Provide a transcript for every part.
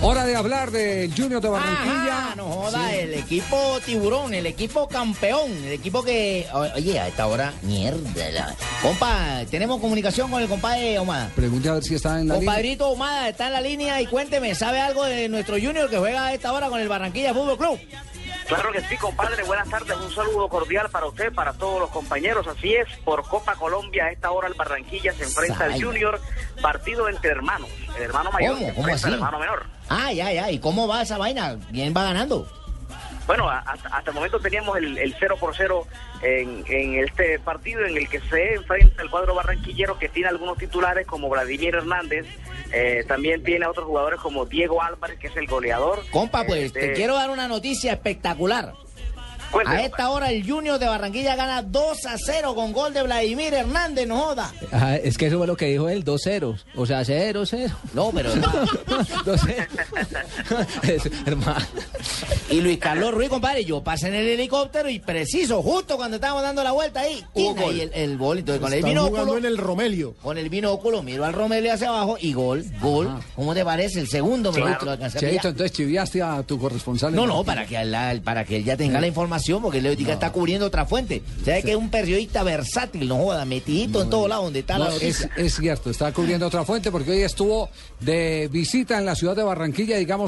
Hora de hablar del Junior de Barranquilla. Ajá, no joda, sí. El equipo tiburón, el equipo campeón, el equipo que... Oye, a esta hora, mierda. Compa, tenemos comunicación con el compadre Ahumada. Pregunte a ver si está en la línea. Compadrito Ahumada, está en la línea y cuénteme, ¿sabe algo de nuestro Junior que juega a esta hora con el Barranquilla Fútbol Club? Claro que sí, compadre. Buenas tardes. Un saludo cordial para usted, para todos los compañeros. Así es, por Copa Colombia, a esta hora el Barranquilla se enfrenta al Junior, partido entre hermanos. El hermano mayor se enfrenta al hermano menor. Ya. ¿Y cómo va esa vaina? ¿Quién va ganando? Bueno, hasta el momento teníamos el 0-0 en este partido en el que se enfrenta el cuadro barranquillero, que tiene algunos titulares como Vladimir Hernández, también tiene a otros jugadores como Diego Álvarez, que es el goleador. Compa, pues te quiero dar una noticia espectacular. Cuéntame, a esta hora el Junior de Barranquilla gana 2-0 con gol de Vladimir Hernández, no joda. Es que eso fue lo que dijo él, 2-0. O sea, 0-0. No, pero... 2-0. Hermano. Y Luis Carlos Ruiz, compadre, yo pasé en el helicóptero y preciso, justo cuando estábamos dando la vuelta ahí, y el gol. Entonces, con el binóculo... en el Romelio. Con el binóculo, miro al Romelio hacia abajo y gol. Ajá. ¿Cómo te parece? El segundo me lo alcancé a pillar. Cheito, entonces chiviaste a tu corresponsal. No, para que él ya tenga la información, porque el Leotica está cubriendo otra fuente. O sea, que es un periodista versátil, no joda, metidito en todo lado donde está la noticia. Es cierto, está cubriendo otra fuente porque hoy estuvo de visita en la ciudad de Barranquilla. Digamos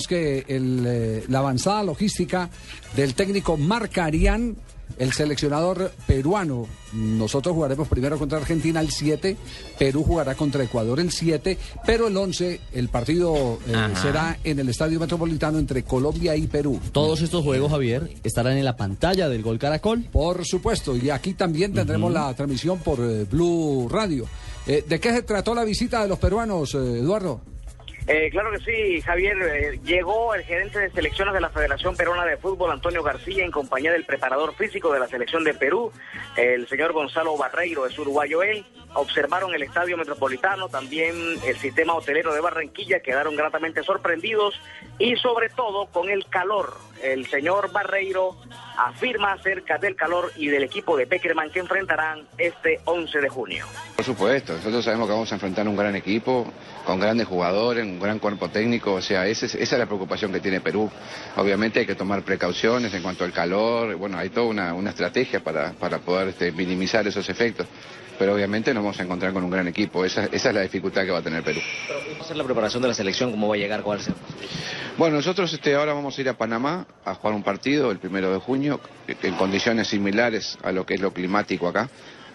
que la avanzada logística del técnico Marc Arián, el seleccionador peruano. Nosotros jugaremos primero contra Argentina el 7, Perú jugará contra Ecuador el 7, pero el 11, el partido será en el Estadio Metropolitano entre Colombia y Perú. Todos estos juegos, Javier, estarán en la pantalla del Gol Caracol. Por supuesto, y aquí también tendremos la transmisión por Blue Radio. ¿De qué se trató la visita de los peruanos, Eduardo? Claro que sí, Javier. Llegó el gerente de selecciones de la Federación Peruana de Fútbol, Antonio García, en compañía del preparador físico de la selección de Perú, el señor Gonzalo Barreiro, es uruguayo él. Observaron el Estadio Metropolitano, también el sistema hotelero de Barranquilla, quedaron gratamente sorprendidos y sobre todo con el calor. El señor Barreiro afirma acerca del calor y del equipo de Pekerman que enfrentarán este 11 de junio. Por supuesto, nosotros sabemos que vamos a enfrentar un gran equipo, con grandes jugadores, un gran cuerpo técnico, o sea, esa es la preocupación que tiene Perú. Obviamente hay que tomar precauciones en cuanto al calor, bueno, hay toda una estrategia para poder minimizar esos efectos. Pero obviamente nos vamos a encontrar con un gran equipo. Esa es la dificultad que va a tener Perú. Pero ¿cómo va a ser la preparación de la selección? ¿Cómo va a llegar? ¿Cuál va a ser? Bueno, nosotros ahora vamos a ir a Panamá a jugar un partido el 1 de junio en condiciones similares a lo que es lo climático acá.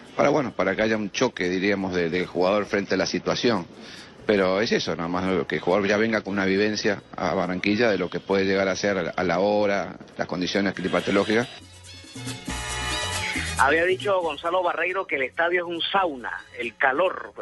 Para que haya un choque, diríamos, del jugador frente a la situación. Pero es eso, nada más que el jugador ya venga con una vivencia a Barranquilla de lo que puede llegar a ser a la hora, las condiciones climatológicas. Había dicho Gonzalo Barreiro que el estadio es un sauna, el calor,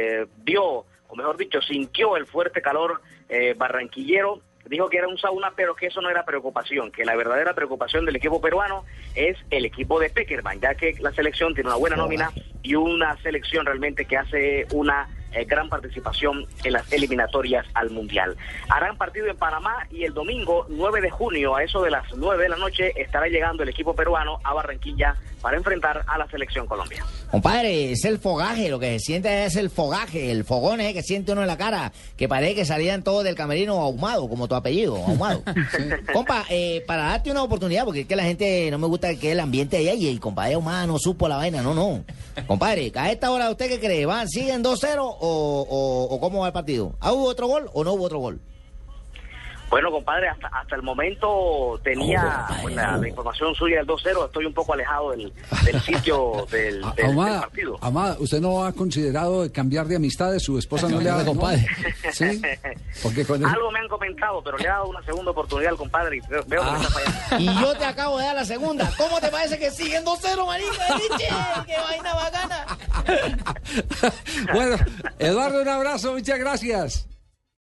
sintió el fuerte calor barranquillero, dijo que era un sauna, pero que eso no era preocupación, que la verdadera preocupación del equipo peruano es el equipo de Pekerman, ya que la selección tiene una buena nómina y una selección realmente que hace una gran participación en las eliminatorias al Mundial. Harán partido en Panamá y el domingo 9 de junio a eso de las 9 de la noche estará llegando el equipo peruano a Barranquilla para enfrentar a la selección Colombia. Compadre, es el fogaje, lo que se siente es el fogaje, el fogón que siente uno en la cara, que parece que salían todos del camerino ahumado, como tu apellido, ahumado. Compa, para darte una oportunidad, porque es que la gente no me gusta que el ambiente de ahí y el compadre ahumado no supo la vaina, no. Compadre, a esta hora, ¿usted qué cree? ¿Siguen 2-0 o cómo va el partido? ¿Hubo otro gol o no hubo otro gol? Bueno, compadre, hasta el momento tenía la información suya del 2-0. Estoy un poco alejado del sitio del partido. Amada, ¿usted no ha considerado cambiar de amistades? ¿Su esposa no le ha dado, compadre? ¿Sí? Porque algo me han comentado, pero le he dado una segunda oportunidad al compadre y veo que me está fallando. Y yo te acabo de dar la segunda. ¿Cómo te parece que siguen 2-0, marica? ¡Qué vaina bacana! Bueno, Eduardo, un abrazo, muchas gracias.